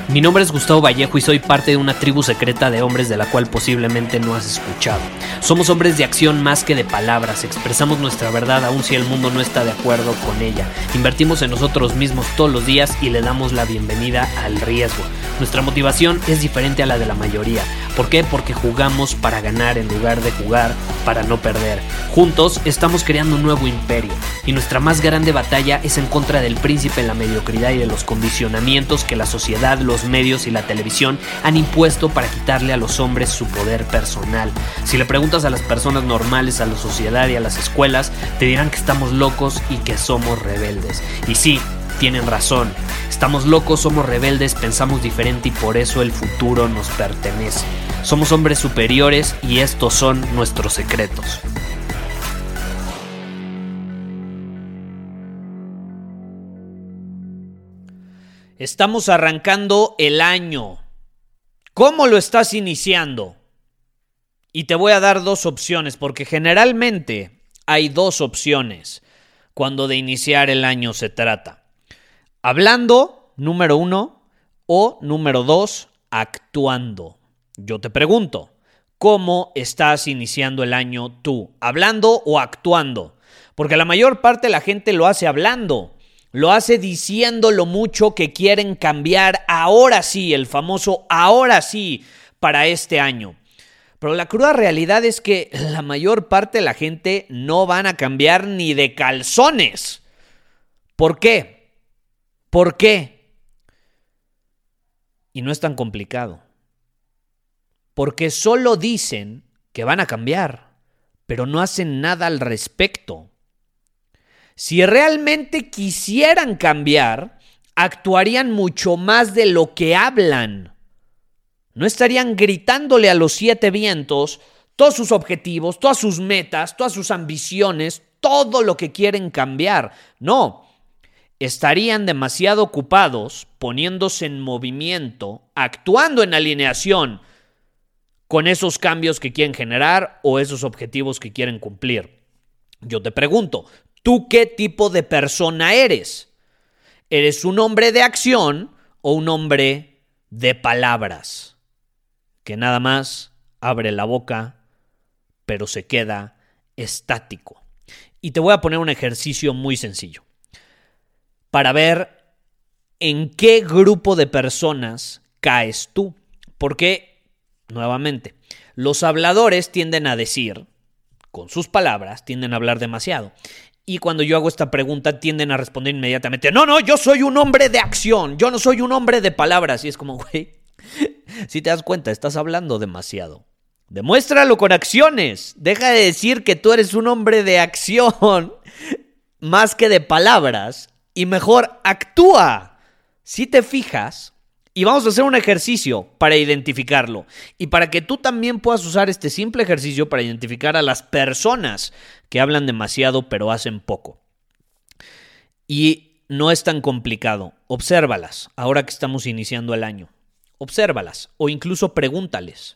Mi nombre es Gustavo Vallejo y soy parte de una tribu secreta de hombres de la cual posiblemente no has escuchado. Somos hombres de acción más que de palabras, expresamos nuestra verdad aun si el mundo no está de acuerdo con ella. Invertimos en nosotros mismos todos los días y le damos la bienvenida al riesgo. Nuestra motivación es diferente a la de la mayoría. ¿Por qué? Porque jugamos para ganar en lugar de jugar para no perder. Juntos estamos creando un nuevo imperio y nuestra más grande batalla es en contra del príncipe, la mediocridad y de los condicionamientos que la sociedad, los medios y la televisión han impuesto para quitarle a los hombres su poder personal. Si le preguntas a las personas normales, a la sociedad y a las escuelas, te dirán que estamos locos y que somos rebeldes. Y sí, tienen razón. Estamos locos, somos rebeldes, pensamos diferente y por eso el futuro nos pertenece. Somos hombres superiores y estos son nuestros secretos. Estamos arrancando el año. ¿Cómo lo estás iniciando? Y te voy a dar dos opciones, porque generalmente hay dos opciones cuando de iniciar el año se trata. Hablando, número 1, o número 2, actuando. Yo te pregunto, ¿cómo estás iniciando el año tú? ¿Hablando o actuando? Porque la mayor parte de la gente lo hace hablando. Lo hace diciendo lo mucho que quieren cambiar ahora sí, el famoso ahora sí para este año. Pero la cruda realidad es que la mayor parte de la gente no van a cambiar ni de calzones. ¿Por qué? ¿Por qué? Y no es tan complicado. Porque solo dicen que van a cambiar, pero no hacen nada al respecto. Si realmente quisieran cambiar, actuarían mucho más de lo que hablan. No estarían gritándole a los 7 vientos todos sus objetivos, todas sus metas, todas sus ambiciones, todo lo que quieren cambiar. No, estarían demasiado ocupados poniéndose en movimiento, actuando en alineación con esos cambios que quieren generar o esos objetivos que quieren cumplir. Yo te pregunto, ¿tú qué tipo de persona eres? ¿Eres un hombre de acción o un hombre de palabras? Que nada más abre la boca, pero se queda estático. Y te voy a poner un ejercicio muy sencillo para ver en qué grupo de personas caes tú. Porque, nuevamente, los habladores tienden a decir, con sus palabras, tienden a hablar demasiado. Y cuando yo hago esta pregunta, tienden a responder inmediatamente, no, yo soy un hombre de acción, yo no soy un hombre de palabras. Y es como, güey, si te das cuenta, estás hablando demasiado. Demuéstralo con acciones. Deja de decir que tú eres un hombre de acción más que de palabras y mejor actúa. Si te fijas, y vamos a hacer un ejercicio para identificarlo y para que tú también puedas usar este simple ejercicio para identificar a las personas que hablan demasiado pero hacen poco. Y no es tan complicado. Obsérvalas ahora que estamos iniciando el año. Obsérvalas o incluso pregúntales.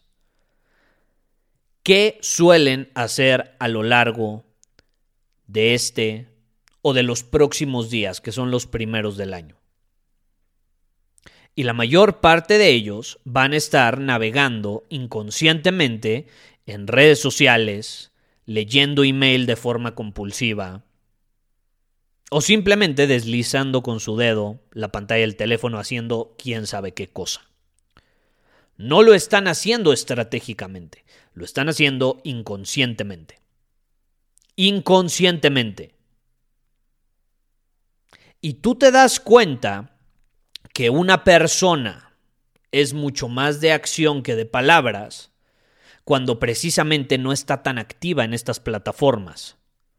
¿Qué suelen hacer a lo largo de este o de los próximos días, que son los primeros del año? Y la mayor parte de ellos van a estar navegando inconscientemente en redes sociales, leyendo email de forma compulsiva o simplemente deslizando con su dedo la pantalla del teléfono haciendo quién sabe qué cosa. No lo están haciendo estratégicamente, lo están haciendo inconscientemente. Inconscientemente. Y tú te das cuenta que una persona es mucho más de acción que de palabras cuando precisamente no está tan activa en estas plataformas.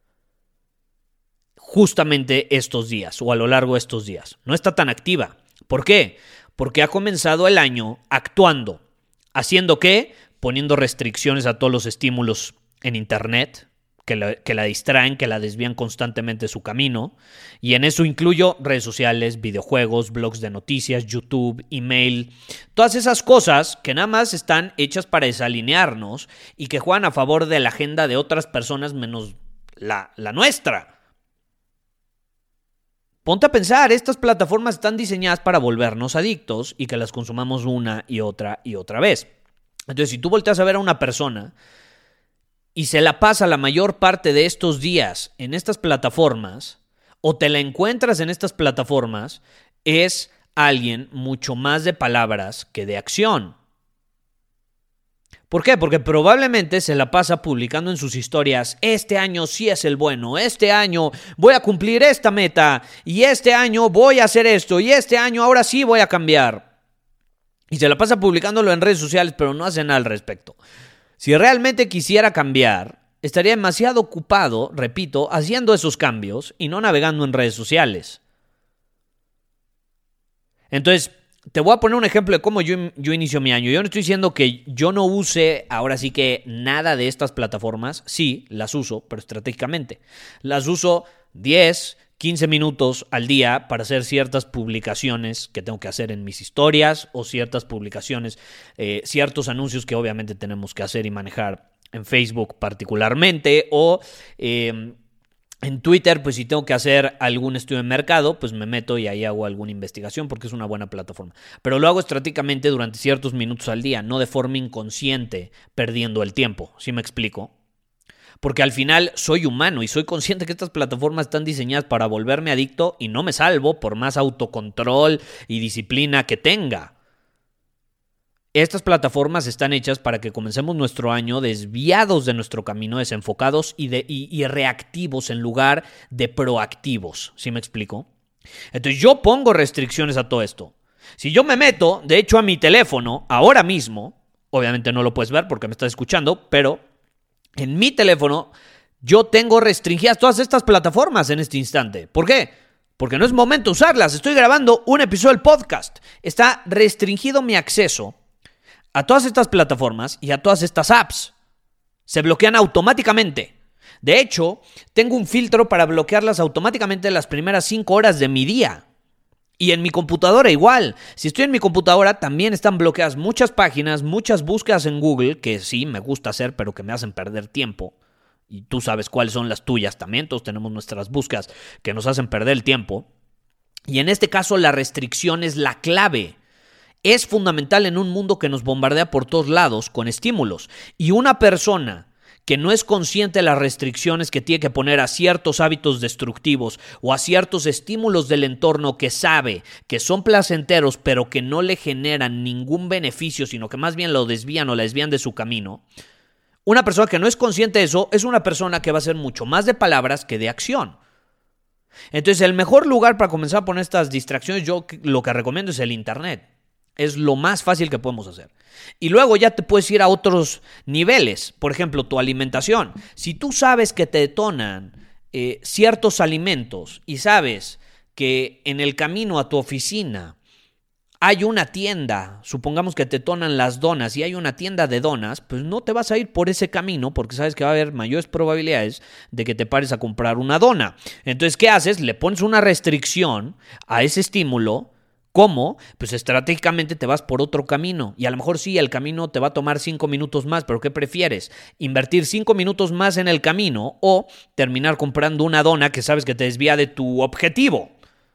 Justamente estos días o a lo largo de estos días. No está tan activa. ¿Por qué? Porque ha comenzado el año actuando. ¿Haciendo qué? Poniendo restricciones a todos los estímulos en internet que la distraen, que la desvían constantemente de su camino. Y en eso incluyo redes sociales, videojuegos, blogs de noticias, YouTube, email. Todas esas cosas que nada más están hechas para desalinearnos y que juegan a favor de la agenda de otras personas menos la nuestra. Ponte a pensar, estas plataformas están diseñadas para volvernos adictos y que las consumamos una y otra vez. Entonces, si tú volteas a ver a una persona y se la pasa la mayor parte de estos días en estas plataformas, o te la encuentras en estas plataformas, es alguien mucho más de palabras que de acción. ¿Por qué? Porque probablemente se la pasa publicando en sus historias: este año sí es el bueno, este año voy a cumplir esta meta, y este año voy a hacer esto, y este año ahora sí voy a cambiar. Y se la pasa publicándolo en redes sociales, pero no hace nada al respecto. Si realmente quisiera cambiar, estaría demasiado ocupado, repito, haciendo esos cambios y no navegando en redes sociales. Entonces, te voy a poner un ejemplo de cómo yo inicio mi año. Yo no estoy diciendo que yo no use ahora sí que nada de estas plataformas. Sí, las uso, pero estratégicamente. Las uso 10, 15 minutos al día para hacer ciertas publicaciones que tengo que hacer en mis historias, o ciertas publicaciones, ciertos anuncios que obviamente tenemos que hacer y manejar en Facebook particularmente, o en Twitter, pues si tengo que hacer algún estudio de mercado, pues me meto y ahí hago alguna investigación porque es una buena plataforma. Pero lo hago estratégicamente durante ciertos minutos al día, no de forma inconsciente, perdiendo el tiempo. ¿Sí me explico? Porque al final soy humano y soy consciente que estas plataformas están diseñadas para volverme adicto y no me salvo por más autocontrol y disciplina que tenga. Estas plataformas están hechas para que comencemos nuestro año desviados de nuestro camino, desenfocados y reactivos en lugar de proactivos. ¿Sí me explico? Entonces yo pongo restricciones a todo esto. Si yo me meto, de hecho, a mi teléfono ahora mismo, obviamente no lo puedes ver porque me estás escuchando, pero en mi teléfono yo tengo restringidas todas estas plataformas en este instante. ¿Por qué? Porque no es momento de usarlas. Estoy grabando un episodio del podcast. Está restringido mi acceso a todas estas plataformas y a todas estas apps. Se bloquean automáticamente. De hecho, tengo un filtro para bloquearlas automáticamente las primeras 5 horas de mi día. Y en mi computadora igual. Si estoy en mi computadora, también están bloqueadas muchas páginas, muchas búsquedas en Google, que sí me gusta hacer, pero que me hacen perder tiempo. Y tú sabes cuáles son las tuyas también. Todos tenemos nuestras búsquedas que nos hacen perder el tiempo. Y en este caso, la restricción es la clave. Es fundamental en un mundo que nos bombardea por todos lados con estímulos. Y una persona que no es consciente de las restricciones que tiene que poner a ciertos hábitos destructivos o a ciertos estímulos del entorno que sabe que son placenteros pero que no le generan ningún beneficio, sino que más bien lo desvían o la desvían de su camino. Una persona que no es consciente de eso es una persona que va a ser mucho más de palabras que de acción. Entonces, el mejor lugar para comenzar a poner estas distracciones, yo lo que recomiendo es el internet. Es lo más fácil que podemos hacer. Y luego ya te puedes ir a otros niveles. Por ejemplo, tu alimentación. Si tú sabes que te detonan ciertos alimentos y sabes que en el camino a tu oficina hay una tienda, supongamos que te detonan las donas y hay una tienda de donas, pues no te vas a ir por ese camino porque sabes que va a haber mayores probabilidades de que te pares a comprar una dona. Entonces, ¿qué haces? Le pones una restricción a ese estímulo. ¿Cómo? Pues estratégicamente te vas por otro camino y a lo mejor sí, el camino te va a tomar 5 minutos más, pero ¿qué prefieres? ¿Invertir 5 minutos más en el camino o terminar comprando una dona que sabes que te desvía de tu objetivo?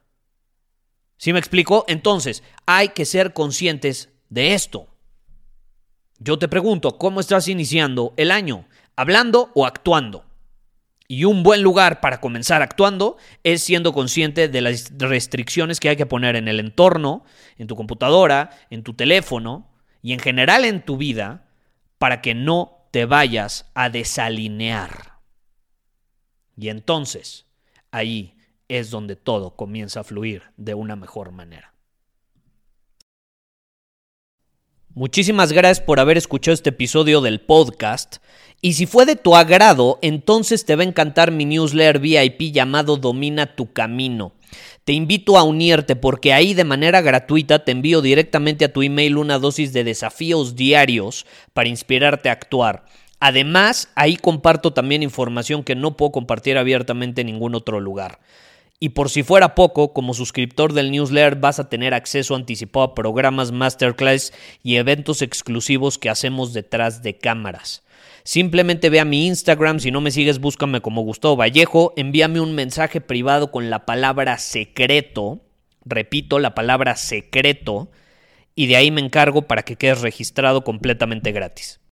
¿Sí me explico? Entonces, hay que ser conscientes de esto. Yo te pregunto, ¿cómo estás iniciando el año? ¿Hablando o actuando? Y un buen lugar para comenzar actuando es siendo consciente de las restricciones que hay que poner en el entorno, en tu computadora, en tu teléfono y en general en tu vida para que no te vayas a desalinear. Y entonces, ahí es donde todo comienza a fluir de una mejor manera. Muchísimas gracias por haber escuchado este episodio del podcast. Y si fue de tu agrado, entonces te va a encantar mi newsletter VIP llamado Domina tu Camino. Te invito a unirte porque ahí de manera gratuita te envío directamente a tu email una dosis de desafíos diarios para inspirarte a actuar. Además, ahí comparto también información que no puedo compartir abiertamente en ningún otro lugar. Y por si fuera poco, como suscriptor del newsletter vas a tener acceso anticipado a programas, masterclass y eventos exclusivos que hacemos detrás de cámaras. Simplemente ve a mi Instagram, si no me sigues búscame como Gustavo Vallejo, envíame un mensaje privado con la palabra secreto, repito, la palabra secreto, y de ahí me encargo para que quedes registrado completamente gratis.